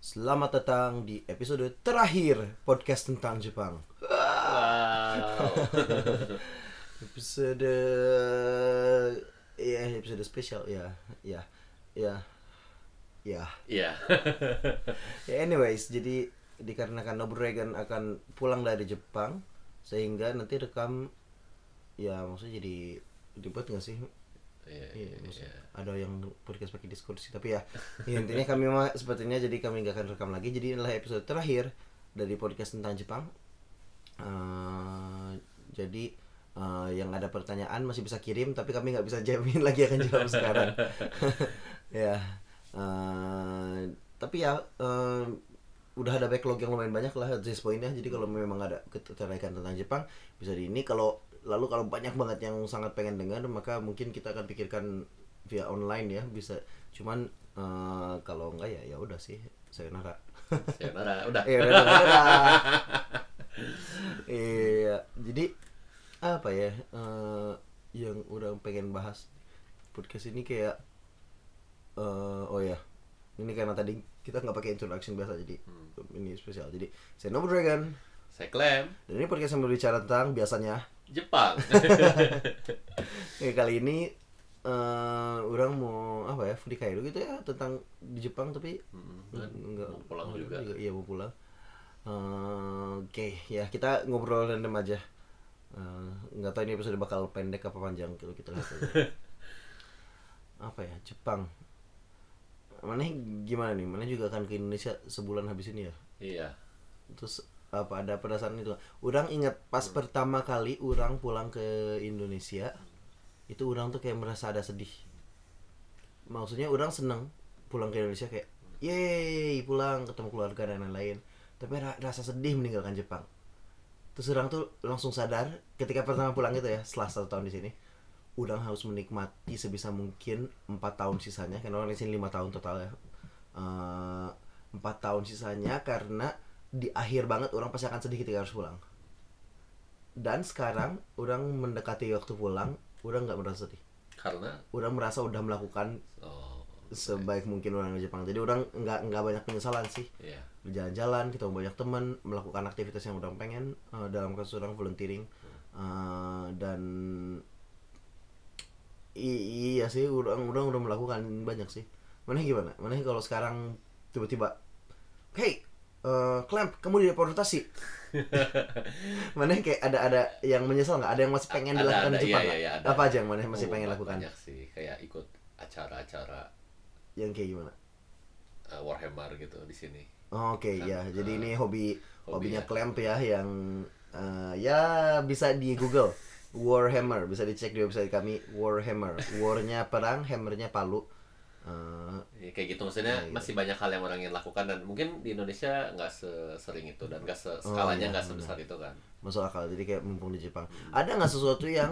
Selamat datang di episode terakhir podcast tentang Jepang. Wow. Episode episode spesial ya. Ya. Ya. Ya. Iya. Ya anyways, jadi dikarenakan Noburegan akan pulang dari Jepang sehingga nanti rekam ya maksudnya jadi dibuat nggak sih? Iya, maksudnya ada yang podcast pakai Discord sih, tapi ya intinya kami mah sepertinya jadi kami nggak akan rekam lagi. Jadi inilah episode terakhir dari podcast tentang Jepang. Jadi yang ada pertanyaan masih bisa kirim, tapi kami nggak bisa jamin lagi akan jawab sekarang. Ya, tapi ya udah ada backlog yang lumayan banyak lah at this point-nya. Jadi kalau memang ada ketertarikan tentang Jepang bisa di ini. Kalau banyak banget yang sangat pengen dengar, maka mungkin kita akan pikirkan via online ya, bisa. Cuman kalau enggak ya udah sih, sayonara. Sayonara, udah. Iya, udah. Iya, jadi apa ya yang udah pengen bahas podcast ini kayak oh ya, ini karena tadi kita nggak pakai introduction biasa, jadi ini spesial. Jadi saya Noble Dragon, Saya klaim dan ini podcast yang berbicara tentang biasanya Jepang. ya, kali ini orang mau apa ya, Furikaido gitu ya, tentang di Jepang, tapi enggak Mau pulang juga. Iya, mau pulang. Oke, ya kita ngobrol random aja. Nggak tahu ini episode bakal pendek apa panjang, kalau kita lihat aja. Apa ya, Jepang. Maneh gimana nih? Maneh juga akan ke Indonesia sebulan habis ini ya? Iya. Terus apa ada perasaan itu? Orang ingat pas pertama kali orang pulang ke Indonesia, itu orang tuh kayak merasa ada sedih. Maksudnya orang seneng pulang ke Indonesia, kayak yeay pulang ketemu keluarga dan lain-lain. Tapi rasa sedih meninggalkan Jepang. Terus orang tuh langsung sadar ketika pertama pulang gitu ya, setelah 1 tahun di sini, orang harus menikmati sebisa mungkin 4 tahun sisanya, karena orang di sini 5 tahun total ya. 4 tahun sisanya, karena di akhir banget orang pasti akan sedih ketika harus pulang. Dan sekarang orang mendekati waktu pulang, orang nggak merasa sedih. Karena Orang merasa udah melakukan sebaik mungkin orang di Jepang. Jadi orang nggak banyak penyesalan sih. iya. Berjalan-jalan, ketemu banyak teman, melakukan aktivitas yang orang pengen. Dalam kasus orang volunteering. Dan iya sih, orang udah melakukan banyak sih. Mana gimana? Mana kalau sekarang tiba-tiba, hey, Clamp, kamu dideportasi. Mana kayak ada yang menyesal nggak? Ada yang masih pengen dilakukan di Jepang nggak? Iya, ada. Apa aja yang mana masih pengen lakukan? Banyak sih, kayak ikut acara-acara Yang kayak gimana? Warhammer gitu di sini. Oke, ya. Jadi ini hobinya ya. Clamp ya, yang ya bisa di Google. Warhammer, bisa dicek di website kami. Warhammer, warnya perang, hammernya palu. Ya, kayak gitu maksudnya masih banyak hal yang orang ingin lakukan, dan mungkin di Indonesia nggak sesering itu dan nggak skalanya nggak sebesar itu kan. Masuk akal. Jadi kayak mumpung di Jepang, ada nggak sesuatu yang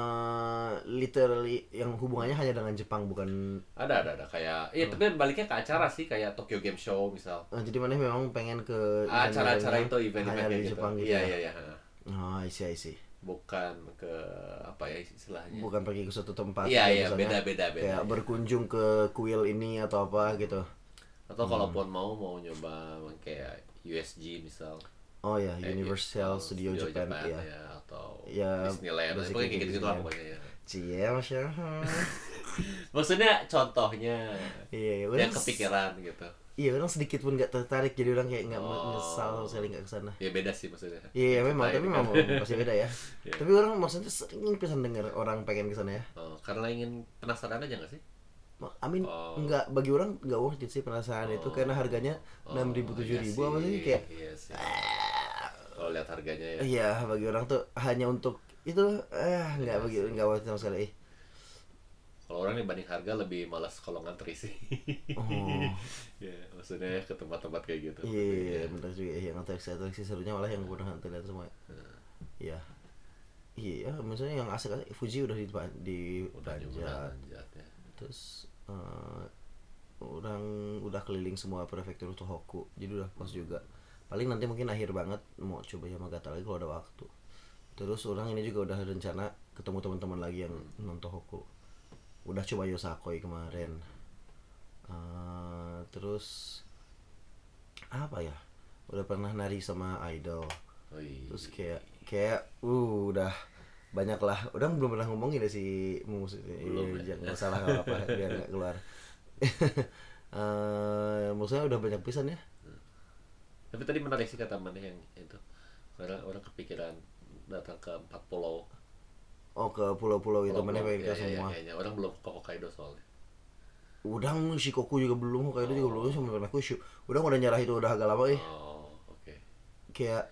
literally yang hubungannya hanya dengan Jepang, bukan? Ada kayak tapi baliknya ke acara sih, kayak Tokyo Game Show misal. Jadi mana memang pengen ke Acara-acara itu hanya event-event di kayak gitu. Jepang gitu. Iya. Oh, I see. Bukan ke apa ya istilahnya. Bukan pergi ke suatu tempat. Iya, misalnya beda. Kayak berkunjung ke kuil ini atau apa gitu. Atau kalaupun mau nyoba kayak USG misal. Oh ya, Universal Studio Japan ya. Atau Ya, Disneyland, basically pokoknya kayak gitu lah Disneyland. pokoknya ya. Cie, Masya. Maksudnya contohnya Iya, yang kepikiran gitu. Iya, orang sedikit pun nggak tertarik, jadi orang kayak nggak menyesal sekali nggak kesana. Ya beda sih maksudnya. Iya, memang, Kita tapi ini memang kan. pasti beda ya. Tapi orang maksudnya sering pisan dengar orang pengen kesana ya. Karena ingin penasaran aja nggak sih? Amin, nggak, bagi orang nggak worth it sih penasaran itu, karena harganya 6.000 7.000 apa sih kayak. Iya sih. Kalau lihat harganya ya. Iya, bagi orang tuh hanya untuk itu nggak nggak worth it sama sekali. Kalau orang nih banding harga lebih malas kalau ngantri sih. Ya, maksudnya ke tempat-tempat kayak gitu. Iya, benar juga ya, yang atraksi serunya malah yang udah nanti lihat semua. Iya. Iya, misalnya yang asik Fuji udah di Banjar. Ya. Terus orang udah keliling semua prefektur Tohoku, jadi udah pas juga. Paling nanti mungkin akhir banget mau coba Yamagata lagi kalau ada waktu. Terus orang ini juga udah rencana ketemu teman-teman lagi yang non Tohoku. Udah coba Yosakoi kemarin. Terus apa ya, udah pernah nari sama idol. Wih. Terus kayak udah banyak lah. Udah belum pernah ngomongin deh si Mumus. Belum ya? Nggak salah apa biar nggak keluar. Maksudnya udah banyak pisan ya. Tapi tadi menarik sih kata mana yang itu. Orang kepikiran datang ke 4 pulau. Oh, ke pulau-pulau itu mana pengen ke ya, semua. kayaknya orang belum ke Hokkaido soalnya. Udah Shikoku juga belum, Hokkaido juga belum, sama pernah Kyushu. Udah nyerah itu udah agak lama Oh, oke. Kayak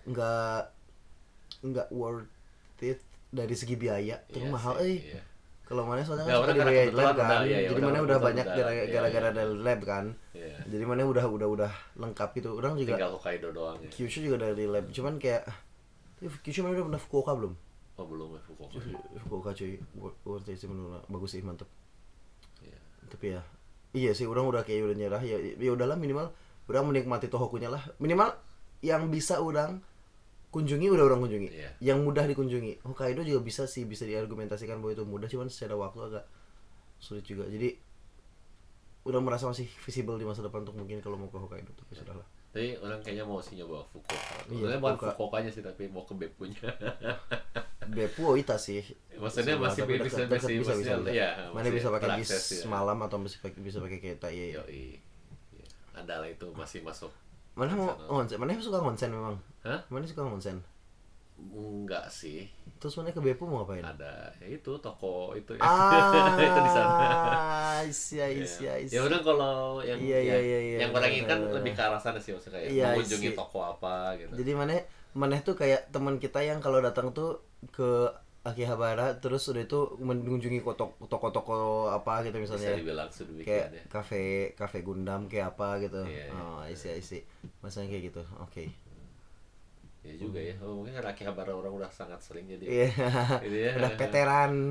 nggak worth it dari segi biaya, terus Iya mahal sih, iya. Kalau mana soalnya Ya, kan suka orang di karena lab kebetulan kan, udah, jadi mana udah kebetulan banyak udah, gara-gara iya. dari lab kan. Iya. Jadi mana udah lengkap gitu. Orang juga Tinggal Hokkaido doang ya. Kyushu juga dari lab, cuman kayak Kyushu mana udah pernah Fukuoka belum? Oh, belum ya Fukuoka. Fukuoka cuy, worth it sih menurut, bagus sih, mantep. Iya. Tapi ya iya sih, orang udah kayak udah nyerah, ya udahlah, minimal orang menikmati Tohokunya lah, minimal yang bisa orang kunjungi udah orang kunjungi. Iya. Yang mudah dikunjungi Hokkaido juga bisa diargumentasikan bahwa itu mudah, cuman secara waktu agak sulit juga. Jadi udah merasa masih visible di masa depan untuk mungkin kalau mau ke Hokkaido, tapi sudahlah. Tapi orang kayaknya mau sih nyoba Fukuoka. Iya, Sebenarnya bukan Fukuoka. Fukuokanya sih, tapi mau ke Beppunya. Beppu Oita sih. Maksudnya masih Tapi bisa bisa. ya, Mana masih bisa pakai bis terakses, ya. malam atau bisa pakai kereta, iya. Yoi. Iya. Ada lah itu masih masuk. Mana mau onsen? Mana suka onsen memang? Hah? Mana suka onsen? Enggak sih. Terus mana ke Beppu mau ngapain? Ada ya itu toko itu ya. Ah, itu di sana. Iya. Ya udah kalau yang Iya, yang orang ini kan lebih ke arah sana sih, maksudnya kayak Iya, mengunjungi isi. toko apa gitu. Jadi mana tuh kayak teman kita yang kalau datang tuh ke Akihabara, terus udah itu mengunjungi toko-toko apa gitu Bisa misalnya. dibilang sedemikian Kayak ya. kafe Gundam kayak apa gitu. Iya, Oh, isi. Masanya kayak gitu. Oke. Ya juga ya. Oh, mungkin karena Akihabara orang udah sangat sering jadi. Iya. Gitu ya. Udah veteran.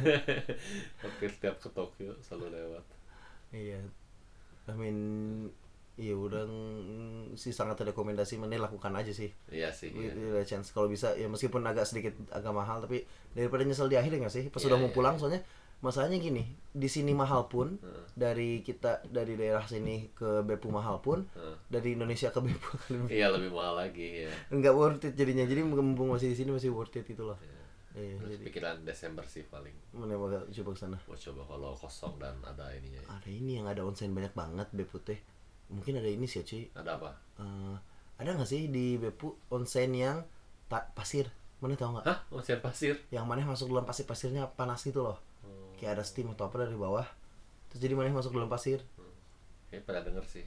Hampir setiap ke Tokyo selalu lewat. Iya. I mean, iya udah sih sangat rekomendasi, mana lakukan aja sih. Iya sih. With Iya. a chance kalau bisa ya, meskipun agak mahal, tapi daripada nyesel di akhir nggak sih pas Iya, udah mau iya, pulang. iya. Soalnya masalahnya gini, di sini mahal pun dari daerah sini ke Beppu mahal pun, dari Indonesia ke Beppu akan lebih Iya, lebih mahal lagi ya. nggak worth it jadinya. Jadi mumpung masih di sini masih worth it gitu loh. Iya, Terus jadi pikiran Desember sih paling. mana bakal coba ke sana. Mau coba kalau kosong dan ada ininya. Ya. Ada ini yang ada onsen banyak banget Beppu teh. Mungkin ada ini sih cuy. Ada apa? Ada nggak sih di Beppu onsen yang pasir? Mana tahu nggak? Hah? Onsen pasir? Yang mana masuk dalam pasirnya panas gitu loh. Kayak ada steam atau apa dari bawah. Terus jadi mana masuk dalam pasir. Kayaknya pernah denger sih.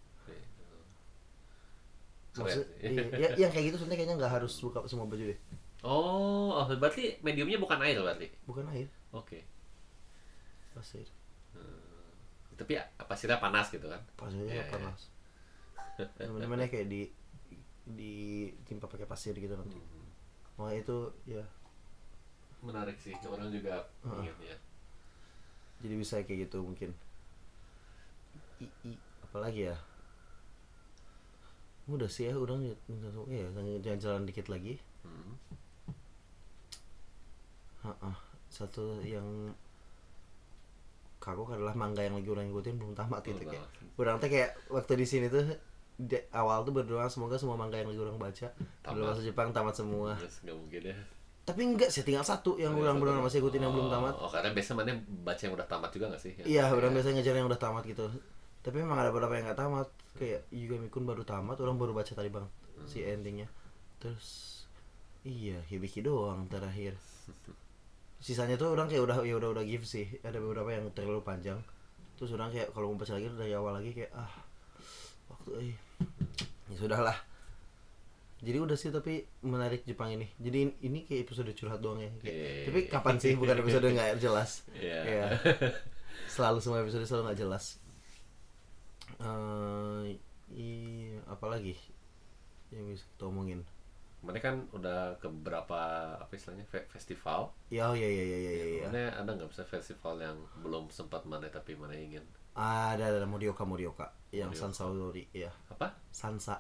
Keren Maksud, sih. iya, yang kayak gitu sebenarnya kayaknya nggak harus buka semua baju deh. Oh, berarti mediumnya bukan air berarti? Bukan air, Oke. pasir. Tapi pasirnya panas gitu kan? Pasirnya Iya, panas. Mana kayak timpa pakai pasir gitu nanti. Wah itu ya. Menarik sih, orang juga ingin ya. Jadi bisa kayak gitu mungkin. Apalagi ya? Udah sih ya, udah jalan-jalan dikit lagi. Satu yang kagok adalah manga yang lagi orang ikutin belum tamat gitu kayak. Orang teh kayak waktu di sini tuh awal tuh berdoa semoga semua manga yang lagi orang baca dalam bahasa Jepang tamat semua. Terus nggak mungkin ya. Tapi enggak sih, tinggal satu yang orang benar masih ikutin yang belum tamat. Oh, karena biasa mana baca yang udah tamat juga nggak sih? Iya, orang biasanya ngejar yang udah tamat gitu. Tapi memang ada beberapa yang nggak tamat, kayak Yugami-kun baru tamat, orang baru baca tadi bang si endingnya. Terus iya Hibiki doang terakhir. Sisanya tuh orang kayak udah give sih. Ada beberapa yang terlalu panjang. Terus orang kayak kalau mau baca lagi dari awal lagi kayak waktu ya sudahlah. Jadi udah sih, tapi menarik Jepang ini. Jadi ini kayak episode curhat doang ya. Tapi kapan sih bukan episode nggak jelas. Iya. Selalu semua episode selalu nggak jelas. Apalagi yang bisa kita omongin. Mana kan udah ke beberapa apa istilahnya festival. Iya. Mana ada nggak bisa festival yang belum sempat mana tapi mana ingin? Ada Morioka yang Sansa Odori ya. Apa? Sansa.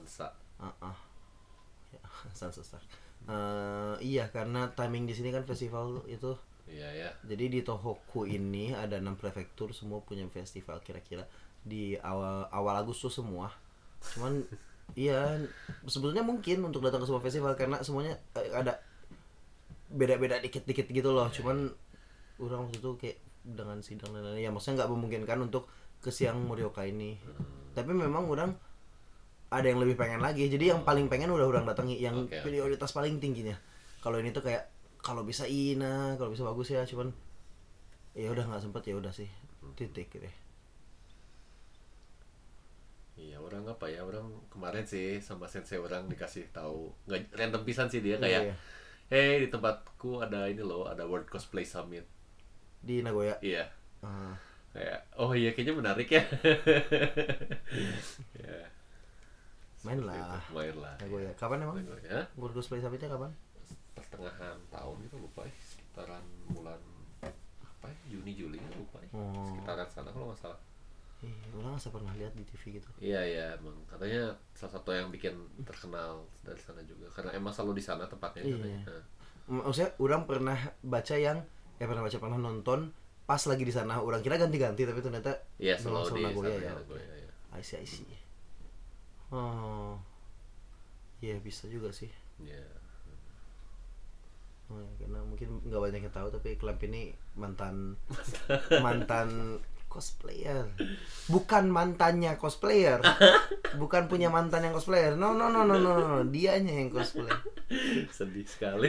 Ya, Sansa Star. Iya karena timing di sini kan festival itu. Iya. Jadi di Tohoku ini ada 6 prefektur, semua punya festival kira-kira di awal Agustus semua. Cuman iya sebetulnya mungkin untuk datang ke semua festival karena semuanya ada beda-beda dikit-dikit gitu loh. Cuman orang waktu itu kayak dengan sidang dan lain-lain ya maksudnya nggak memungkinkan untuk ke siang Morioka ini. Tapi memang orang ada yang lebih pengen lagi. Jadi yang paling pengen udah orang datangi yang prioritas paling tingginya. Kalau ini tuh kayak kalau bisa Ina, kalau bisa bagus ya, cuman ya udah nggak sempet ya udah sih. Titik gitu. Iya, orang apa ya? Orang kemarin sih sama sensei orang dikasih tahu, nggak random pisan sih dia kayak, hey di tempatku ada ini loh, ada World Cosplay Summit di Nagoya. Iya. Kayak, oh iya kayaknya menarik ya. Ya. Main lah. Nagoya. Kapan emang? World Cosplay Summitnya kapan? Pertengahan tahun itu lupa ya, sekitaran bulan apa ya? Juni Juli lupa ya. Sekitaran sana kalau nggak salah. Orang nggak pernah lihat di TV gitu. Iya emang katanya salah satu yang bikin terkenal dari sana juga karena emang selalu di sana tempatnya. Maksudnya orang pernah baca pernah nonton pas lagi di sana. Orang kira ganti-ganti tapi ternyata selalu di Nagoya ya. Nagoya, ya. I see. Oh, iya bisa juga sih. Iya. Oh, ya, karena mungkin nggak banyak yang tahu tapi Clamp ini mantan cosplayer, bukan mantannya cosplayer, bukan punya mantan yang cosplayer, no, dianya yang cosplay. Sedih sekali.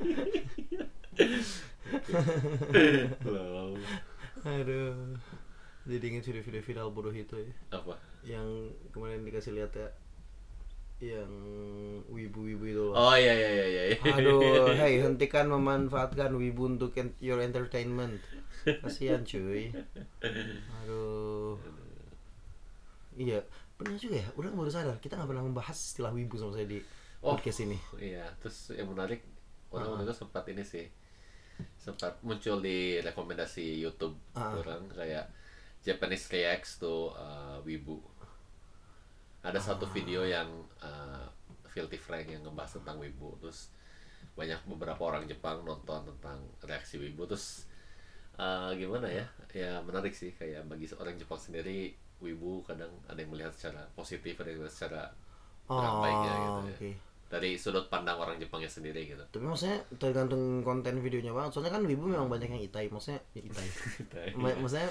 Aduh, jadi ingat video viral bodoh itu ya. Apa? Yang kemarin dikasih lihat ya, yang wibu-wibu itu loh. Oh iya. Aduh, hey hentikan memanfaatkan wibu untuk your entertainment. Kasihan cuy. Aduh. Iya, benar juga ya. Udah baru sadar kita nggak pernah membahas istilah wibu sama saya di podcast ini. Iya, terus yang menarik orang itu sempat muncul di rekomendasi YouTube orang kayak Japanese Reacts to wibu. Ada satu video yang Filthy Frank yang ngebahas tentang wibu, terus beberapa orang Jepang nonton tentang reaksi wibu, terus gimana ya menarik sih kayak bagi seorang Jepang sendiri wibu kadang ada yang melihat secara positif, ada yang melihat secara kurang baiknya gitu ya. Dari sudut pandang orang Jepangnya sendiri gitu. Tapi maksudnya tergantung konten videonya banget. Soalnya kan wibu memang banyak yang itai, maksudnya itai. Maksudnya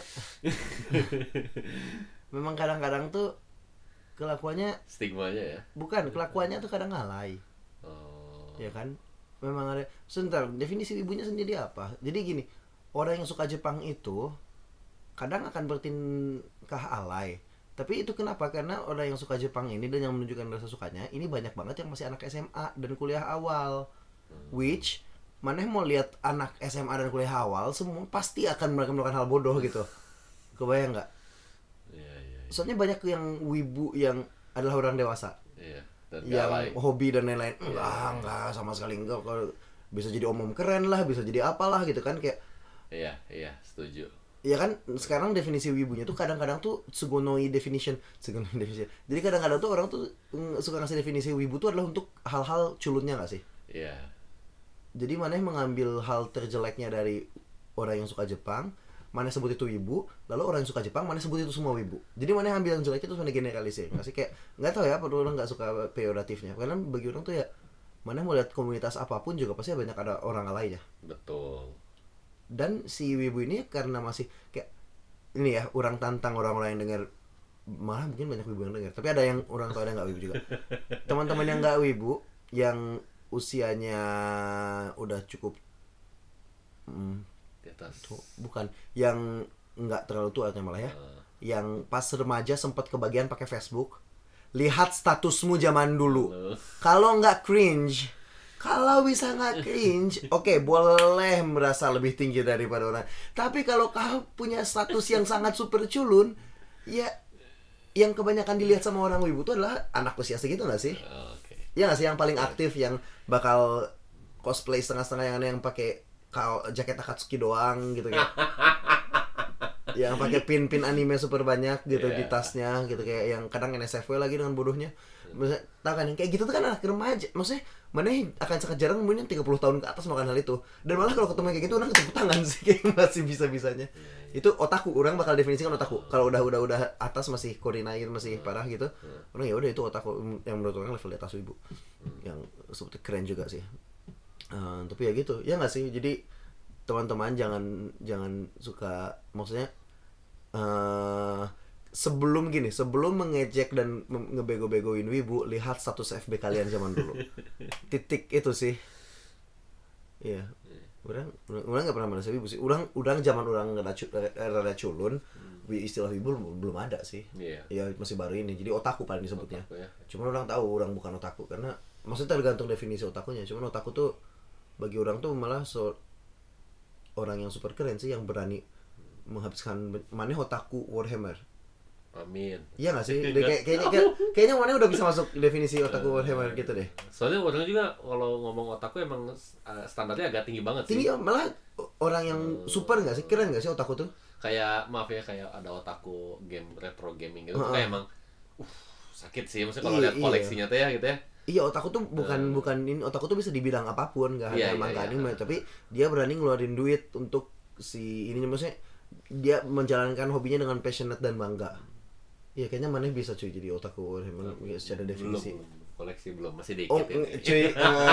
memang kadang-kadang tuh kelakuannya stigmanya ya. Bukan, kelakuannya tuh kadang alay. Ya kan? Memang ada. Sebentar, definisi wibunya sendiri apa? Jadi gini, orang yang suka Jepang itu kadang akan bertingkah alay. Tapi itu kenapa? Karena orang yang suka Jepang ini dan yang menunjukkan rasa sukanya ini banyak banget yang masih anak SMA dan kuliah awal. Which maneh mau lihat anak SMA dan kuliah awal semua pasti akan melakukan hal bodoh gitu. Kebayang nggak? Iya. Soalnya banyak yang wibu yang adalah orang dewasa. Iya. Dan yang hobi dan lain-lain. Enggak sama sekali enggak. Kalau bisa jadi omong keren lah, bisa jadi apalah gitu kan kayak. Iya, setuju. Ya kan sekarang definisi wibunya tuh kadang-kadang tuh sugonoi definition. Jadi kadang-kadang tuh orang tuh suka ngasih definisi wibu tuh adalah untuk hal-hal culunnya nggak sih? Iya. Jadi maneh mengambil hal terjeleknya dari orang yang suka Jepang, maneh sebut itu wibu, lalu orang yang suka Jepang maneh sebut itu semua wibu. Jadi maneh ambil yang jeleknya terus maneh generalisir. Nggak sih kayak nggak tahu ya, padahal orang nggak suka peyoratifnya. Karena bagi orang tuh ya maneh mau lihat komunitas apapun juga pasti banyak ada orang alaynya. Betul. Dan si wibu ini karena masih kayak ini ya, orang tantang orang-orang yang dengar, malah mungkin banyak wibu yang dengar, tapi ada yang orang tua ada nggak wibu juga. Teman-teman yang nggak wibu yang usianya udah cukup di atas, bukan yang nggak terlalu tua malah ya, yang pas remaja sempat kebagian pakai Facebook, lihat statusmu zaman dulu. Kalau nggak cringe, kalau bisa nggak cringe, oke, boleh merasa lebih tinggi daripada orang. Tapi kalau kau punya status yang sangat super culun, ya yang kebanyakan dilihat sama orang wibu itu adalah anak usia segitu nggak sih? Ya nggak sih, yang paling aktif yang bakal cosplay setengah-setengah, yang ada yang pakai jaket Akatsuki doang gitu kan. yang pakai pin anime super banyak gitu di Yeah. tasnya gitu, kayak yang kadang NSFW lagi dengan bodohnya. Maksudnya, tahu kan yang kayak gitu tuh kan anak remaja. Maksudnya mana akan sangat jarang nemuin yang 30 tahun ke atas melakukan hal itu. Dan malah kalau ketemu kayak gitu orang tepuk tangan sih kayak masih bisa-bisanya. Itu otaku, orang bakal definisikan otaku. Kalau udah atas masih koordinair masih parah gitu. Orang ya udah itu otaku yang menurut orang level di atas ibu. Yang seperti keren juga sih. Tapi ya gitu. Ya nggak sih? Jadi teman-teman jangan suka, maksudnya sebelum mengejek dan ngebego-begoin wibu, lihat status FB kalian zaman dulu. Titik itu sih. Iya. Orang nggak pernah merasa wibu sih. Orang zaman orang rada culun, istilah wibu belum ada sih. Iya. Ya masih baru ini. Jadi otaku paling disebutnya. Otaku, ya. Cuman orang tahu orang bukan otaku karena maksudnya tergantung definisi otakunya. Cuman otaku tuh bagi orang tuh malah orang yang super keren sih, yang berani menghabiskan maneh otaku Warhammer. Amin. Iya nggak sih? Kayaknya maneh udah bisa masuk definisi otaku Warhammer gitu deh. Soalnya orang juga kalau ngomong otaku emang standarnya agak tinggi banget sih. Tinggi malah orang yang super nggak sih? Keren nggak sih otaku tuh? Kayak maaf ya, kayak ada otaku game retro gaming gitu tuh kayak emang sakit sih maksudnya kalau lihat koleksinya tuh ya gitu ya. Iya, otaku tuh bukan ini, otaku tuh bisa di bidang apapun, nggak hanya manga anime, tapi dia berani ngeluarin duit untuk si ininya, maksudnya dia menjalankan hobinya dengan passionate dan bangga. Iya, kayaknya maneh bisa cuy jadi otaku emang secara definisi. Belum koleksi belum, masih dikit Oh, cuy,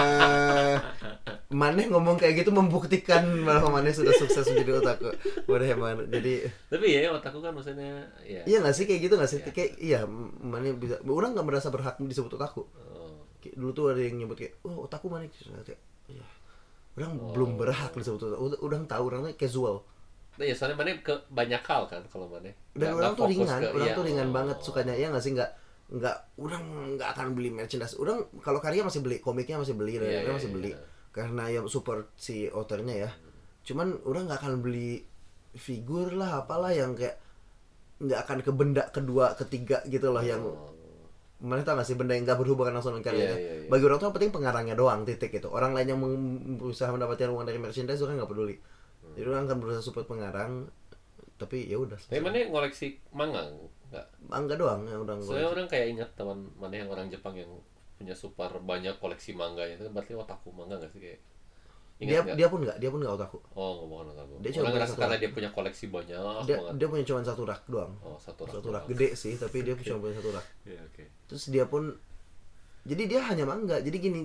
maneh ngomong kayak gitu membuktikan bahwa maneh sudah sukses menjadi otaku. Warhammer. Jadi tapi ya otaku kan maksudnya ya. Iya nggak sih kayak gitu nggak sih? Kayak iya, maneh bisa. Orang nggak merasa berhak disebut otaku. Kayak dulu tuh ada yang nyebut kayak, oh otaku mana? Kayak, iya. Orang belum berhak disebut otaku. Udah tahu orangnya casual. Nah, ya soalnya mana ke banyak hal kan kalau mana. Dan orang tuh ringan, ringan banget sukanya, ya nggak sih, nggak orang nggak akan beli merchandise. Orang kalau karya masih beli, komiknya masih beli, masih beli karena ya support si authornya ya. Cuman orang nggak akan beli figur lah, apalah yang kayak nggak akan ke benda kedua, ketiga gitu loh yang mana tau gak sih benda yang nggak berhubungan langsung dengan karyanya. Bagi orang tuh yang penting pengarangnya doang, titik itu. Orang lain yang berusaha mendapatkan uang dari merchandise orang nggak peduli. Jadi orang akan berusaha support pengarang, tapi ya udah. Tapi mana ngoleksi manga nggak? Manga doang yang udah. Soalnya orang kayak ingat teman mana yang orang Jepang yang punya super banyak koleksi manganya itu berarti otaku manga nggak sih kayak? Dia pun nggak otaku. Oh, nggak bukan otaku. Dia orang ngerasa karena dia punya koleksi banyak. Dia punya cuma satu rak doang. Oh, satu rak gede sih, tapi dia cuma punya satu rak. Yeah, okay. Terus dia pun, jadi dia hanya manga. Jadi gini,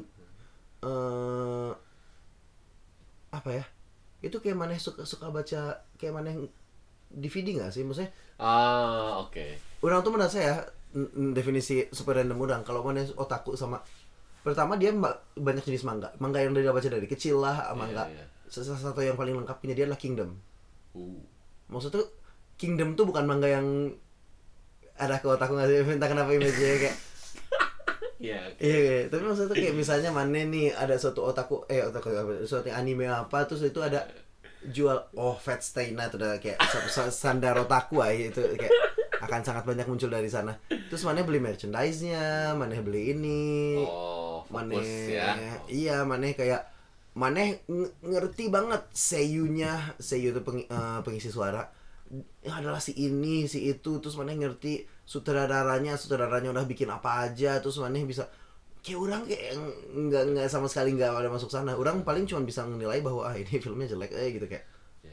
apa ya? Itu kayak maneh suka baca kayak maneh DVD nggak sih, maksudnya? Oke. Orang tuh merasa ya definisi super random orang. Kalau maneh otaku sama, pertama dia banyak jenis manga yang dia baca dari kecil lah, manga. Salah satu yang paling lengkapnya dia adalah Kingdom. Maksudnya tuh Kingdom tuh bukan manga yang ada ke otaku nggak sih? Entah kenapa image-nya kayak Iya, tapi maksudnya tuh kayak misalnya mana nih ada suatu otaku suatu anime apa, terus itu ada jual Fate Stay Night, udah kayak standar otaku itu kayak akan sangat banyak muncul dari sana. Terus mana beli merchandise-nya, mana beli ini, mana iya, mana kayak mana ngerti banget seiyu itu pengisi suara adalah si ini si itu, terus mana ngerti sutradaranya udah bikin apa aja, terus mana bisa kayak orang kayak nggak sama sekali nggak ada masuk sana. Orang paling cuma bisa menilai bahwa ini filmnya jelek gitu kayak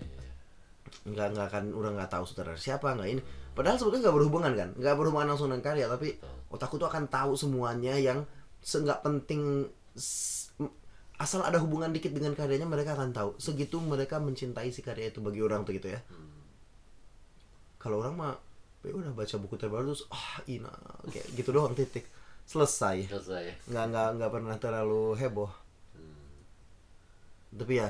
nggak akan, orang nggak tahu sutradara siapa, nggak ini, padahal sebetulnya nggak berhubungan langsung dengan karya, tapi otakku tuh akan tahu semuanya yang nggak penting, asal ada hubungan dikit dengan karyanya mereka akan tahu. Segitu mereka mencintai si karya itu bagi orang tuh gitu ya. Kalau orang mah ya udah baca buku terbaru terus ina kayak gitu doang, titik, selesai. Nggak pernah terlalu heboh. Tapi ya,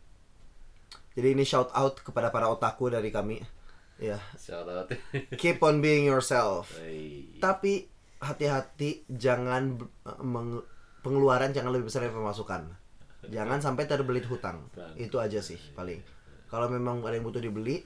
jadi ini shout out kepada para otaku dari kami ya. Shout out. Keep on being yourself. Hey. Tapi hati-hati, jangan pengeluaran jangan lebih besar dari pemasukan. Jangan sampai terbelit hutang. Itu aja sih paling. Kalau memang ada yang butuh dibeli,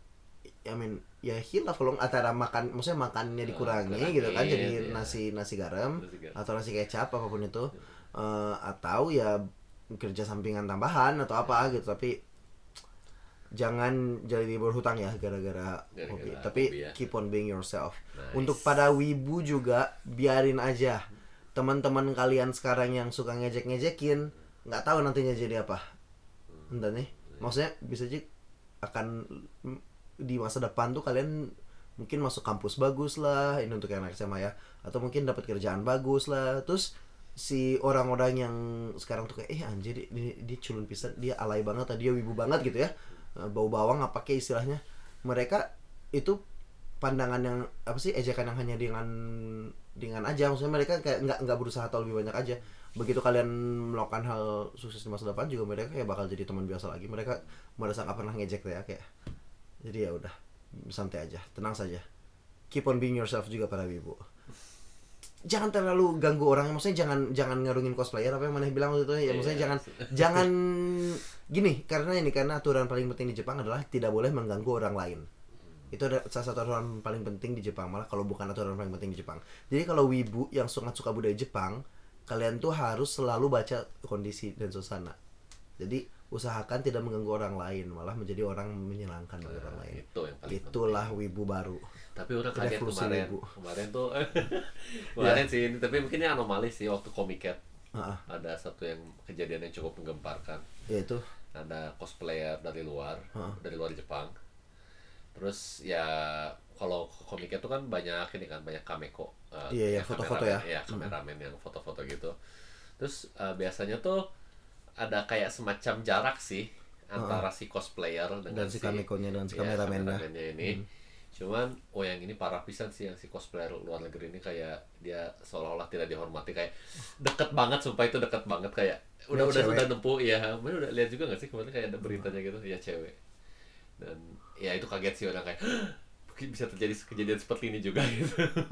ya hilaf kalau antara makan, maksudnya makannya dikurangi gitu kan, jadi nasi garam atau nasi kecap apapun itu, atau ya kerja sampingan tambahan atau apa gitu. Tapi jangan jadi berhutang ya gara-gara hobi, tapi hobi ya. keep on being yourself. Nice. Untuk pada wibu juga biarin aja teman-teman kalian sekarang yang suka ngejek-ngejekin, nggak tahu nantinya jadi apa. Entah nih, maksudnya bisa aja akan di masa depan tuh kalian mungkin masuk kampus bagus lah, ini untuk yang anak SMA ya, atau mungkin dapat kerjaan bagus lah. Terus si orang-orang yang sekarang tuh kayak anjir dia culun pisan, dia alay banget, dia wibu banget gitu ya, bau bawang apa kayak istilahnya, mereka itu pandangan yang apa sih, ejekan yang hanya dengan aja, maksudnya mereka kayak nggak berusaha atau lebih banyak aja. Begitu kalian melakukan hal sukses di masa depan juga, mereka kayak bakal jadi teman biasa lagi, mereka merasa nggak pernah ngejek ya kayak. Jadi ya udah, santai aja, tenang saja, keep on being yourself juga para wibu. Jangan terlalu ganggu orang, maksudnya jangan ngarungin cosplayer apa yang mana bilang waktu itu ya, maksudnya jangan gini, karena aturan paling penting di Jepang adalah tidak boleh mengganggu orang lain. Itu ada salah satu aturan paling penting di Jepang, malah kalau bukan aturan paling penting di Jepang. Jadi kalau wibu yang sangat suka budaya Jepang, kalian tuh harus selalu baca kondisi dan suasana. Jadi usahakan tidak mengganggu orang lain, malah menjadi orang menyenangkan bagi orang lain. Itulah wibu baru. Tapi udah kaget kemarin tuh kemarin sih ini, tapi mungkin ini anomali sih waktu Comiket. Ada satu yang kejadian yang cukup menggemparkan. Yaitu ada cosplayer dari luar Jepang. Terus ya kalau Comiket tuh kan banyak ini kan, banyak kameko. Foto-foto ya. Ya, kameramen yang foto-foto gitu. Terus biasanya tuh ada kayak semacam jarak sih antara si cosplayer dengan si kamekonya dan si kameramennya ini. Cuman yang ini parah pisan sih, yang si cosplayer luar negeri ini kayak dia seolah-olah tidak dihormati, kayak deket banget, sumpah itu deket banget, kayak udah nempuh ya. Bener udah lihat juga nggak sih kemarin kayak ada beritanya gitu ya, cewek. Dan ya itu kaget sih orang kayak mungkin bisa terjadi kejadian seperti ini juga gitu.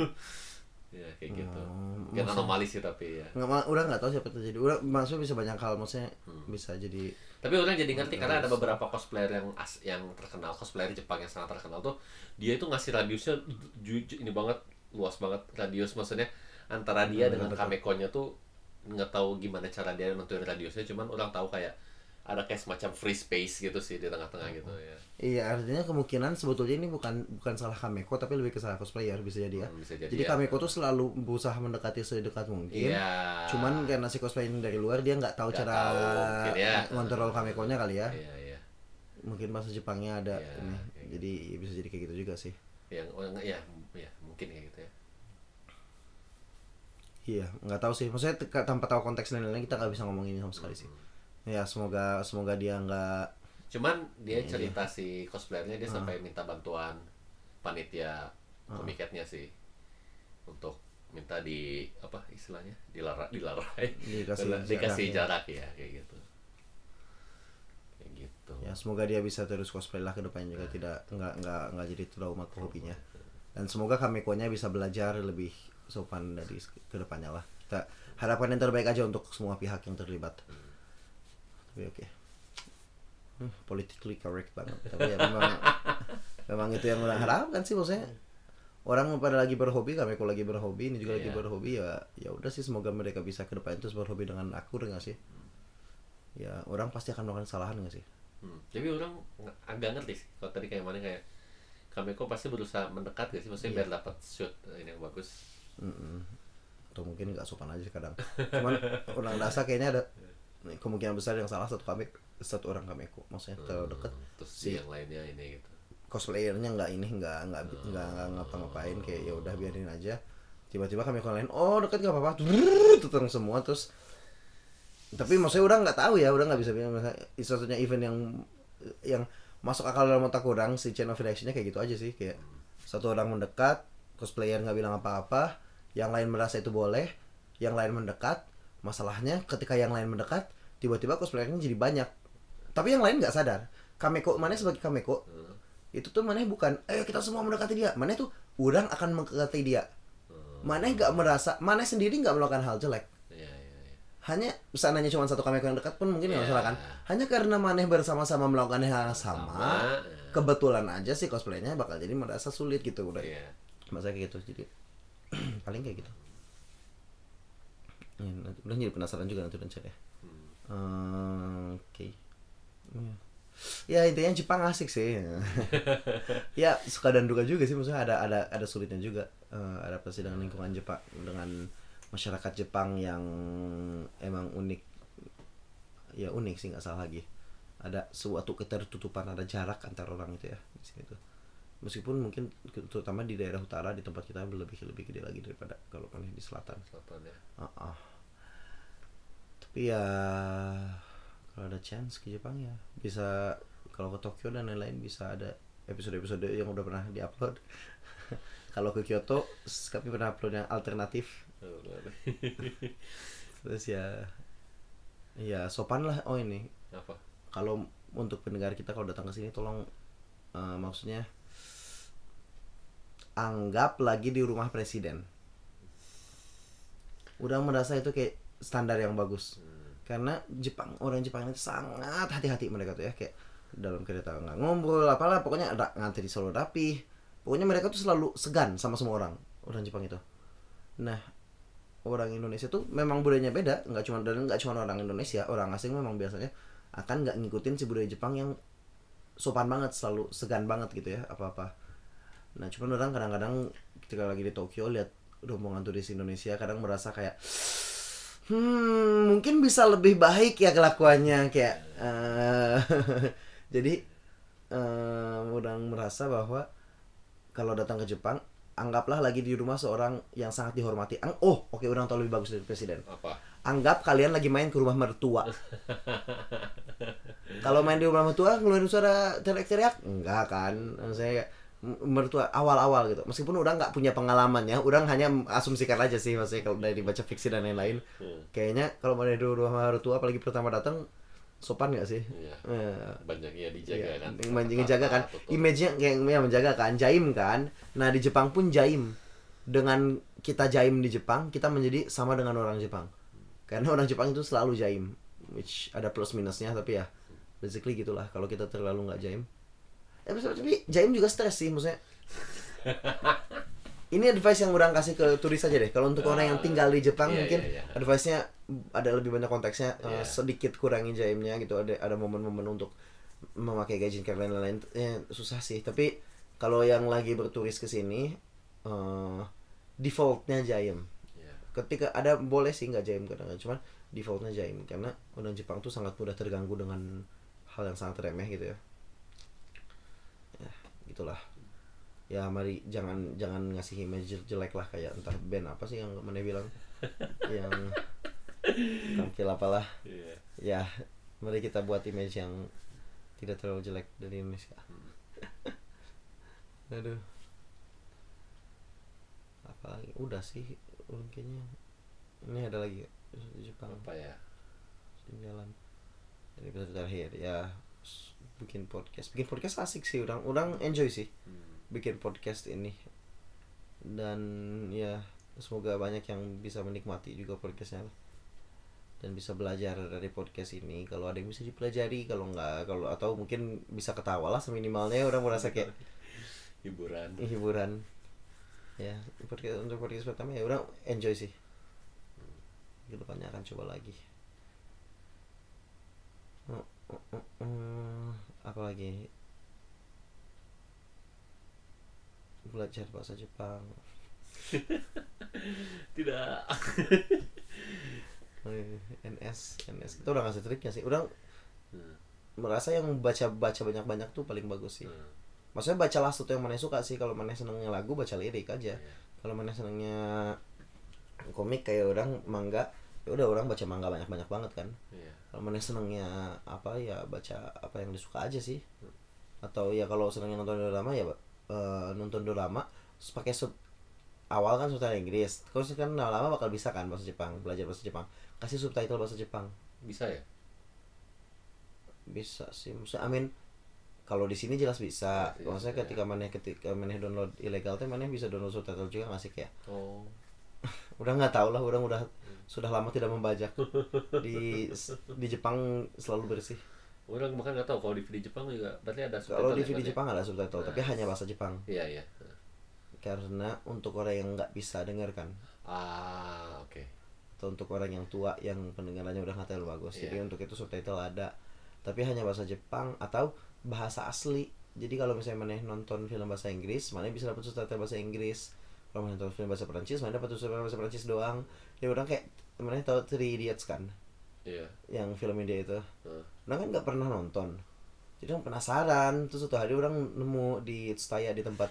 Ya kayak gitu. Mungkin anomali sih, tapi ya udah nggak tahu siapa terjadi. Udah maksudnya bisa banyak hal, maksudnya bisa jadi. Tapi orang jadi ngerti karena ada beberapa cosplayer yang terkenal, cosplayer Jepang yang sangat terkenal tuh, dia itu ngasih radiusnya ini banget, luas banget radius, maksudnya antara dia dengan kamekonya tuh nggak tahu gimana cara dia nentuin radiusnya, cuman orang tahu kayak ada kayak semacam free space gitu sih di tengah-tengah gitu ya. Iya, artinya kemungkinan sebetulnya ini bukan salah kameko, tapi lebih ke salah cosplayer, bisa jadi ya. Jadi ya. Kameko tuh selalu berusaha mendekati sedekat mungkin. Iya. Cuman karena si cosplayer dari luar, dia nggak tahu cara ngontrol kamekonya kali ya. Iya. Mungkin bahasa Jepangnya ada ini. Jadi bisa jadi kayak gitu juga sih. Yang mungkin kayak gitu ya. Iya, nggak tahu sih. Maksudnya tanpa tahu konteks dan lain-lain kita nggak bisa ngomong ini sama sekali sih. Ya semoga dia nggak. Cuman dia cerita si cosplayernya, dia sampai minta bantuan panitia Comicetnya sih untuk minta apa istilahnya dilarai dikasih jarak ya kayak gitu. Ya semoga dia bisa terus cosplay lah ke depannya juga, tidak nggak jadi trauma ke hobinya. Dan semoga kamekonya bisa belajar lebih sopan dari ke depannya lah. Kita harapan yang terbaik aja untuk semua pihak yang terlibat. Tapi oke. Politically correct banget. Tapi ya memang itu yang orang harapkan sih, maksudnya. Orang pada lagi berhobi, kameko lagi berhobi, ini juga lagi berhobi, ya udah sih, semoga mereka bisa ke depan terus berhobi dengan akur, enggak sih? Ya, orang pasti akan melakukan kesalahan enggak sih? Tapi orang agak ngerti sih. Kalau tadi kayak mana kayak kameko pasti berusaha mendekat gak sih, maksudnya biar dapat shoot ini yang bagus. Atau mungkin nggak sopan aja kadang. Cuman orang dasar kayaknya ada kemungkinan besar yang salah satu orang kameko, maksudnya terlalu dekat. Terus si yang lainnya ini gitu. Cosplayernya nggak ngapa-ngapain, kayak ya udah biarin aja. Tiba-tiba kameko lain, dekat nggak apa-apa, tutang semua terus. Tapi maksudnya udah nggak tahu ya, udah nggak bisa bilang satunya event yang masuk akal dalam otak orang, si chain of reaction-nya kayak gitu aja sih, kayak satu orang mendekat, cosplayer nggak bilang apa-apa, yang lain merasa itu boleh, yang lain mendekat. Masalahnya ketika yang lain mendekat, tiba-tiba cosplayernya jadi banyak, tapi yang lain nggak sadar. Kameko, mana sebagai kameko, itu tuh mana bukan, kita semua mendekati dia, mana tuh orang akan mendekati dia. Mana nggak merasa, mana sendiri nggak melakukan hal jelek. Hanya seandainya cuma satu kameko yang dekat pun mungkin nggak masalah kan. Hanya karena maneh bersama-sama melakukan hal yang sama, kebetulan aja sih cosplaynya bakal jadi merasa sulit gitu udah. Masa kayak gitu, jadi paling kayak gitu. Udah jadi penasaran juga nanti rencana ya. Oke. Ya intinya Jepang asik sih. Ya suka dan duka juga sih, maksudnya ada sulitnya juga adaptasi dengan lingkungan Jepang, dengan masyarakat Jepang yang emang unik. Ya unik sih, nggak salah lagi. Ada suatu ketertutupan, ada jarak antar orang itu ya di sini tuh. Meskipun mungkin terutama di daerah utara di tempat kita lebih gede lagi daripada kalau kan di selatan. Ya. Tapi ya kalau ada chance ke Jepang ya bisa, kalau ke Tokyo dan lain-lain bisa ada episode-episode yang udah pernah diupload. Kalau ke Kyoto kami pernah upload yang alternatif. Terus ya sopan lah. Oh ini apa, kalau untuk pendengar kita kalau datang ke sini tolong maksudnya anggap lagi di rumah presiden. Udah merasa itu kayak standar yang bagus. Karena orang Jepang itu sangat hati-hati mereka tuh ya, kayak dalam kereta nggak ngobrol apalah, pokoknya ada ngantri selalu rapi. Pokoknya mereka tuh selalu segan sama semua orang Jepang itu. Nah, orang Indonesia tuh memang budayanya beda, nggak cuma orang Indonesia, orang asing memang biasanya akan nggak ngikutin si budaya Jepang yang sopan banget, selalu segan banget gitu ya apa-apa. Nah, cuman orang kadang-kadang ketika lagi di Tokyo lihat rombongan turis Indonesia kadang merasa kayak mungkin bisa lebih baik ya kelakuannya kayak jadi orang merasa bahwa kalau datang ke Jepang anggaplah lagi di rumah seorang yang sangat dihormati. Oke, orang tahu lebih bagus dari presiden. Apa? Anggap kalian lagi main ke rumah mertua. Kalau main di rumah mertua ngeluarin suara teriak-teriak enggak kan? Saya mertua awal-awal gitu. Meskipun udah nggak punya pengalaman ya, orang hanya asumsikan aja sih, maksudnya kalau dari baca fiksi dan lain-lain. Kayaknya kalau main di rumah mertua apalagi pertama datang sopan nggak sih? Iya. Banyak ya dijaga kan. Menjaga kan, image-nya kayak menjaga kan, jaim kan. Nah di Jepang pun jaim. Dengan kita jaim di Jepang, kita menjadi sama dengan orang Jepang. Karena orang Jepang itu selalu jaim, which ada plus minusnya, tapi ya basically gitulah. Kalau kita terlalu nggak jaim, tapi jaim juga stres sih, maksudnya. Ini advice yang orang kasih ke turis aja deh. Kalau untuk orang yang tinggal di Jepang mungkin advice-nya ada lebih banyak konteksnya, sedikit kurangi jaimnya gitu. Ada momen-momen untuk memakai gaijin dan lain-lain. Susah sih. Tapi kalau yang lagi berturis ke sini, defaultnya jaim. Ketika ada boleh sih nggak jaim kadang-kadang, cuman defaultnya jaim karena orang Jepang tuh sangat mudah terganggu dengan hal yang sangat remeh gitu ya. Ya gitulah. Ya mari jangan ngasih image jelek lah, kayak entah band apa sih yang mana bilang yang tampil apalah. Ya mari kita buat image yang tidak terlalu jelek dari Indonesia. Aduh, apalagi udah sih kayaknya. Ini ada lagi di Jepang apa ya, jalan dari episode terakhir ya, bikin podcast asik sih, orang enjoy sih bikin podcast ini. Dan ya semoga banyak yang bisa menikmati juga podcastnya dan bisa belajar dari podcast ini. Kalau ada yang bisa dipelajari, kalau atau mungkin bisa ketawa lah seminimalnya. Orang merasa kayak hiburan ya. Untuk podcast pertama ya orang enjoy sih. Kedepannya akan coba lagi. Apa lagi? Belajar bahasa Jepang. Tidak. NS kita udah ngasih triknya sih. Orang merasa yang baca banyak tuh paling bagus sih. Maksudnya bacalah sesuatu yang mana suka sih. Kalau mana senengnya lagu, baca lirik aja. Kalau mana senengnya komik kayak orang manga, ya udah orang baca manga banyak banget kan. Kalau mana senengnya apa ya baca apa yang disuka aja sih. Atau ya kalau senengnya nonton drama ya nonton drama terus pakai sub awal kan subtitle Inggris, terus kan lama-lama bakal bisa kan bahasa Jepang, belajar bahasa Jepang, kasih subtitle bahasa Jepang. Bisa ya? Bisa sih, maksudnya kalau di sini jelas bisa. Maksudnya ketika mana download ilegal teh mana bisa download subtitle juga nggak sih kayak. Udah nggak tahu lah, orang udah sudah lama tidak membajak. Di Jepang selalu bersih. Orang bahkan nggak tahu kalau DVD Jepang juga berarti ada subtitle. Kalau DVD Jepang ada subtitle, tapi hanya bahasa Jepang. Iya. Karena untuk orang yang nggak bisa dengarkan. Oke. Atau untuk orang yang tua yang pendengarannya udah nggak terlalu bagus. Jadi untuk itu subtitle ada. tapi hanya bahasa Jepang atau bahasa asli. Jadi kalau misalnya maneh nonton film bahasa Inggris, maneh bisa dapat subtitle bahasa Inggris. Kalau maneh nonton film bahasa Perancis, maneh dapat subtitle bahasa Perancis doang. Ya orang kayak maneh tahu Three Idiots kan? Iya. Yang film India itu. Orang kan nggak pernah nonton. Jadi orang penasaran. Terus suatu hari orang nemu di Tsutaya di tempat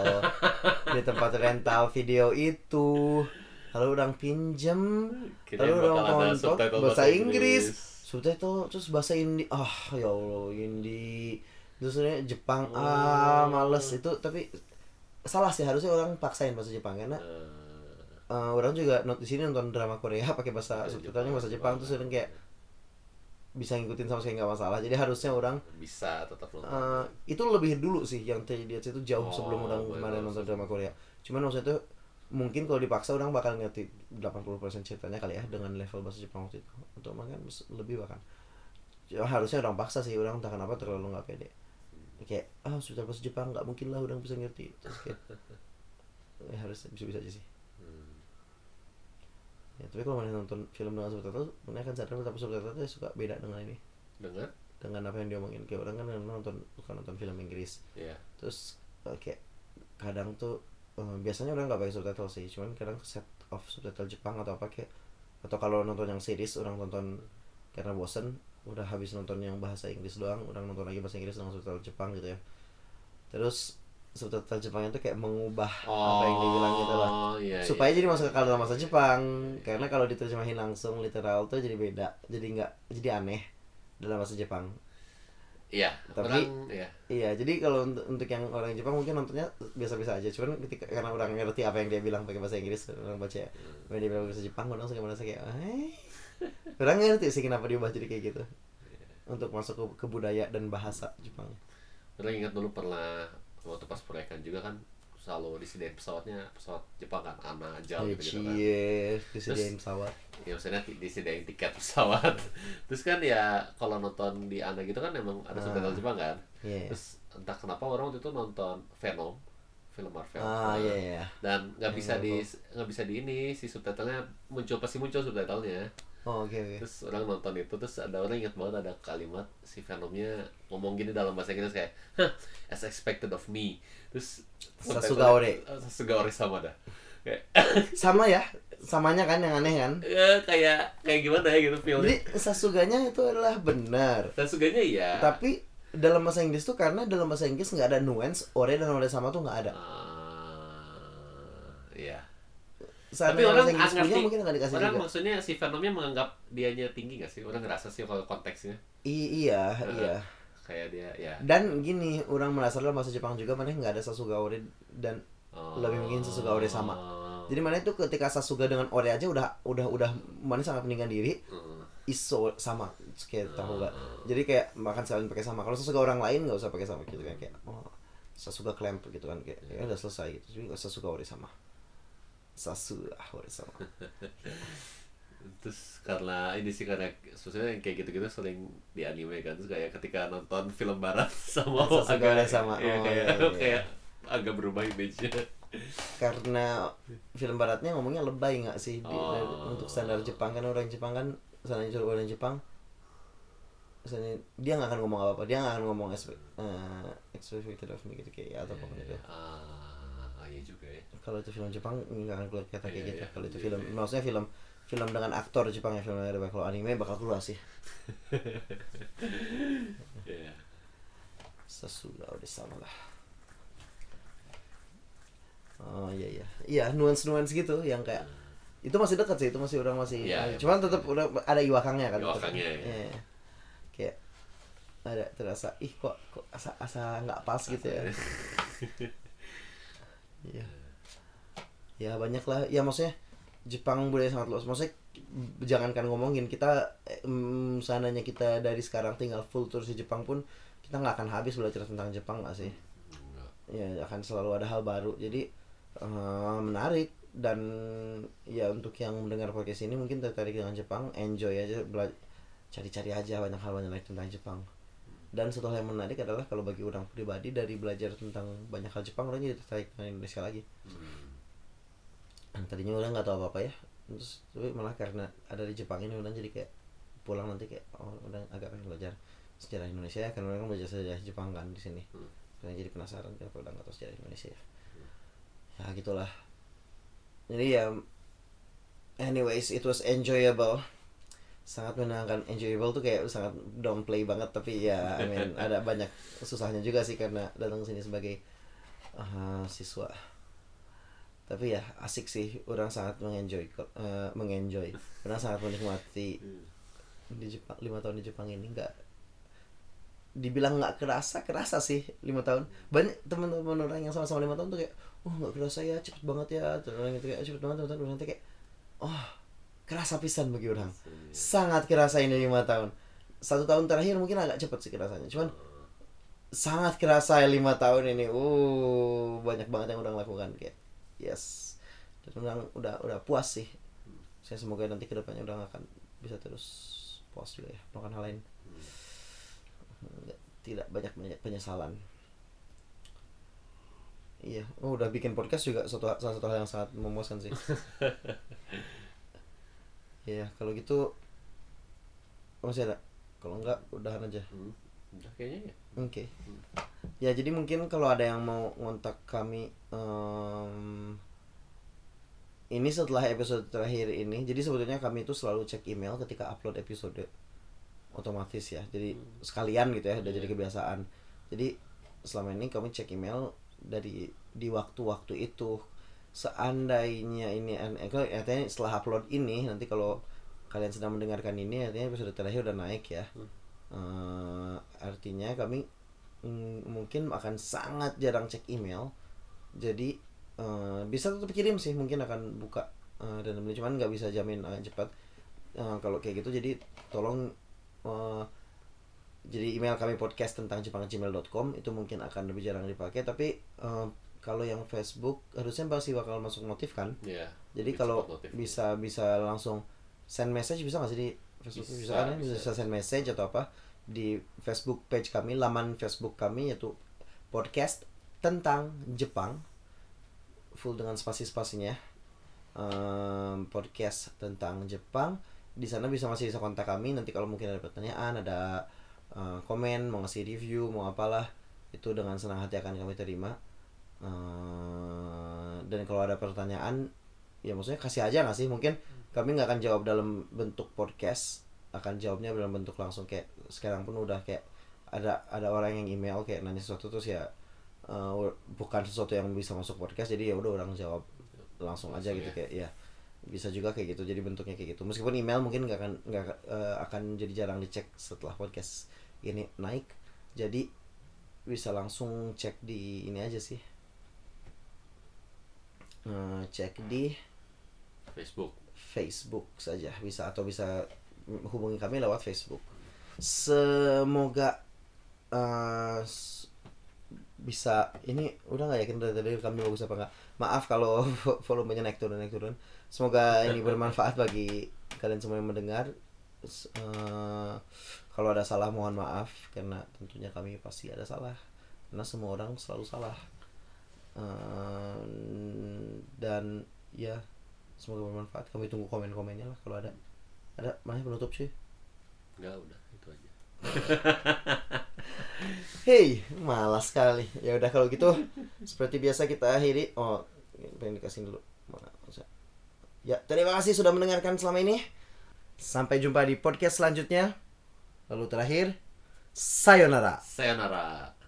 rental video itu. Lalu orang pinjem, lalu orang nonton bahasa Inggris. Subtitle terus bahasa Indi. Ya Allah, Indi. Terus Jepang males itu, tapi salah sih, harusnya orang paksain bahasa Jepang karena orang juga di sini nonton drama Korea pakai bahasa subtitlenya bahasa Jepang, terus orang kayak bisa ngikutin sama sekali nggak masalah. Jadi harusnya orang bisa tetap nonton. Itu lebih dulu sih, yang Three Idiots itu jauh sebelum orang kemarin nonton drama Korea. Cuman maksudnya itu mungkin kalau dipaksa orang bakal ngerti 80% ceritanya kali ya dengan level bahasa Jepang waktu itu, untuk makan lebih bahkan. Harusnya orang paksa sih, orang entah kenapa terlalu nggak pede. Kayak subtitle bahasa Jepang nggak mungkin lah orang bisa ngerti. Terus kayak harus bisa aja sih. Ya, tapi kalau mana nonton film dengan subtitle, mana akan sadar tapi subtitle itu suka beda dengan ini. Dengan apa yang dia omongin. Kayak orang kan suka nonton film Inggris. Yeah. Terus kayak kadang tuh biasanya orang nggak pakai subtitle sih, cuman kadang set of subtitle Jepang atau apa kayak, atau kalau nonton yang series orang nonton karena bosen udah habis nonton yang bahasa Inggris doang, orang nonton lagi bahasa Inggris dengan subtitle Jepang gitu ya. Terus subtitle Jepangnya tuh kayak mengubah apa yang dibilang gitu lah, supaya jadi masuk akal dalam bahasa Jepang. Karena kalau diterjemahin langsung literal tuh jadi beda, jadi aneh dalam bahasa Jepang. Iya, tapi iya, jadi kalau untuk yang orang Jepang mungkin nontonnya biasa-biasa aja. Cuman karena orang ngerti apa yang dia bilang pakai bahasa Inggris, orang baca dia bilang bahasa Jepang, orang suka merasa kayak orang ngerti sih kenapa diubah jadi kayak gitu, untuk masuk ke budaya dan bahasa Jepang. Orang ingat dulu pernah waktu pas proyekan juga kan selalu disediain pesawat Jepang kan, ANA aja gitu kan. Disediain pesawat. Ya maksudnya disediain tiket pesawat. Terus kan ya kalau nonton di ANA gitu kan emang ada subtitle Jepang kan. Terus entah kenapa orang waktu itu nonton Venom, film Marvel. Dan nggak bisa di ini si subtitlenya pasti muncul subtitlenya. Okay. Terus orang nonton itu, terus ada orang ingat banget ada kalimat si Venomnya ngomong gini dalam bahasa Inggris kayak as expected of me. Terus Sasuga ore sama dah. Kayak sama ya, samanya kan yang aneh kan? Kayak gimana ya gitu feelnya. Jadi Sasuganya itu adalah benar. Sasuganya iya. Tapi dalam bahasa Inggris tuh, karena dalam bahasa Inggris nggak ada nuance, ore dan ore sama tuh nggak ada. Iya. Tapi orang ngerti, mungkin nggak dikasih orang juga. Maksudnya si Venomnya menganggap dianya tinggi nggak sih? Orang ngerasa sih kalau konteksnya. Iya. Kayak dia ya. Dan gini, orang merasa dalam bahasa Jepang juga mana nggak ada Sasuga ore dan lebih mungkin Sasuga ore sama. Jadi mana itu ketika Sasuga dengan ore aja udah mana sangat meninggikan diri. Iso sama kayak tahu nggak? Jadi kayak makan sekalian pakai sama. Kalau Sasuga orang lain nggak usah pakai sama gitu kan, kayak Sasuga clamp gitu kan, kayak ya udah selesai gitu. Jadi Sasuga ore sama. Sasuga ore sama. Terus karena ini sih, karena sebenarnya yang kayak gitu-gitu sering di anime kan, terus kayak ketika nonton film barat sama agak sama kayak agak berubah image-nya. Karena film baratnya ngomongnya lebay nggak sih untuk standar Jepang, kan orang Jepang kan misalnya orang Jepang misalnya dia nggak akan ngomong apa-apa, dia nggak akan ngomong expected of me gitu kayak atau apa gitu. Iya juga ya. Kalau itu film Jepang nggak akan keluar kata kayak gitu. Kalau itu film, maksudnya film dengan aktor Jepang ya, film ada. Kalau anime bakal keluar sih. Sasuga udah sama lah. Iya, nuance gitu yang kayak itu masih dekat sih, itu masih orang masih. Cuman tetap udah ada iwakangnya kan. Kayak ada terasa kok asa nggak pas gitu ya. Iya. Ya banyak lah. Ya maksudnya Jepang budaya sangat luas. Maksudnya jangankan ngomongin kita seandainya kita dari sekarang tinggal full tour di Jepang pun kita nggak akan habis belajar tentang Jepang nggak sih? Ya akan selalu ada hal baru. Jadi menarik, dan ya untuk yang mendengar podcast ini mungkin tertarik dengan Jepang, enjoy aja, cari-cari aja banyak hal tentang Jepang. Dan satu hal yang menarik adalah kalau bagi orang pribadi, dari belajar tentang banyak hal Jepang orang jadi tertarik dengan Indonesia lagi. Tadinya orang nggak tahu apa-apa ya, tapi malah karena ada di Jepang ini orang jadi kayak pulang nanti kayak udah agak pengen belajar. sejarah Indonesia ya, karena orang kan belajar sejarah Jepang kan di sini. Jadi penasaran kenapa udah nggak tahu sejarah Indonesia ya. Ya gitulah. Jadi ya anyways it was enjoyable. Sangat menyenangkan. Enjoyable tuh kayak sangat downplay banget, tapi ya I mean ada banyak susahnya juga sih karena datang sini sebagai siswa. Tapi ya asik sih, orang sangat mengenjoy. Orang sangat menikmati di Jepang. 5 tahun di Jepang ini dibilang nggak kerasa sih 5 tahun. Banyak teman-teman orang yang sama-sama 5 tahun tuh kayak nggak kerasa ya, cepet banget ya. Terus orang itu kayak cepet banget teman-teman, nanti kayak kerasa pisan bagi orang. Sangat kerasa ini 5 tahun. 1 tahun terakhir mungkin agak cepet sih kerasanya, cuman sangat kerasa ya 5 tahun ini. Banyak banget yang orang lakukan kayak yes. Dan orang udah puas sih. Saya semoga nanti kedepannya orang akan bisa terus puas juga ya, melakukan hal lain. Tidak banyak penyesalan. Iya, udah bikin podcast juga salah satu hal yang sangat memuaskan sih. Iya, kalau gitu masih ada. Kalau enggak udahan aja. Udah kayaknya ya. Oke. Ya, jadi mungkin kalau ada yang mau ngontak kami ini setelah episode terakhir ini. Jadi sebetulnya kami itu selalu cek email ketika upload episode, otomatis ya, jadi sekalian gitu ya, udah jadi kebiasaan. Jadi selama ini kami cek email di waktu-waktu itu. Seandainya ini artinya setelah upload ini, nanti kalau kalian sedang mendengarkan ini artinya episode terakhir udah naik ya. Artinya kami mungkin akan sangat jarang cek email. Jadi bisa tetap kirim sih, mungkin akan buka dan cuman nggak bisa jamin cepat kalau kayak gitu. Jadi tolong jadi email kami podcast tentang jepang@gmail.com itu mungkin akan lebih jarang dipakai. Tapi kalau yang Facebook harusnya pasti bakal masuk notif kan. Jadi kalau bisa langsung send message, bisa nggak sih di Facebook? Bisa send message atau apa di Facebook page kami, laman Facebook kami yaitu podcast tentang Jepang, full dengan spasi-spasinya, podcast tentang Jepang. Di sana masih bisa kontak kami. Nanti kalau mungkin ada pertanyaan, ada komen, mau ngasih review, mau apalah, itu dengan senang hati akan kami terima. Dan kalau ada pertanyaan, ya maksudnya kasih aja nggak sih? Mungkin kami nggak akan jawab dalam bentuk podcast, akan jawabnya dalam bentuk langsung. Kayak sekarang pun udah kayak ada orang yang email kayak nanya sesuatu terus ya bukan sesuatu yang bisa masuk podcast, jadi ya udah orang jawab langsung aja gitu kayak ya. Bisa juga kayak gitu, jadi bentuknya kayak gitu. Meskipun email mungkin nggak akan jadi jarang dicek setelah podcast ini naik. Jadi bisa langsung cek di ini aja sih, cek di Facebook saja bisa, atau bisa hubungi kami lewat Facebook. Semoga bisa. Ini udah nggak yakin dari kami bagus apa nggak. Maaf kalau volumenya naik turun. Semoga ini bermanfaat bagi kalian semua yang mendengar. Kalau ada salah mohon maaf, karena tentunya kami pasti ada salah, karena semua orang selalu salah. Dan ya semoga bermanfaat. Kami tunggu komen-komennya lah kalau ada. Mana penutup sih? Enggak, udah itu aja. Hey, malas sekali. Ya udah kalau gitu seperti biasa kita akhiri. Pengen dikasih dulu. Ya, terima kasih sudah mendengarkan selama ini. Sampai jumpa di podcast selanjutnya. Lalu terakhir, sayonara.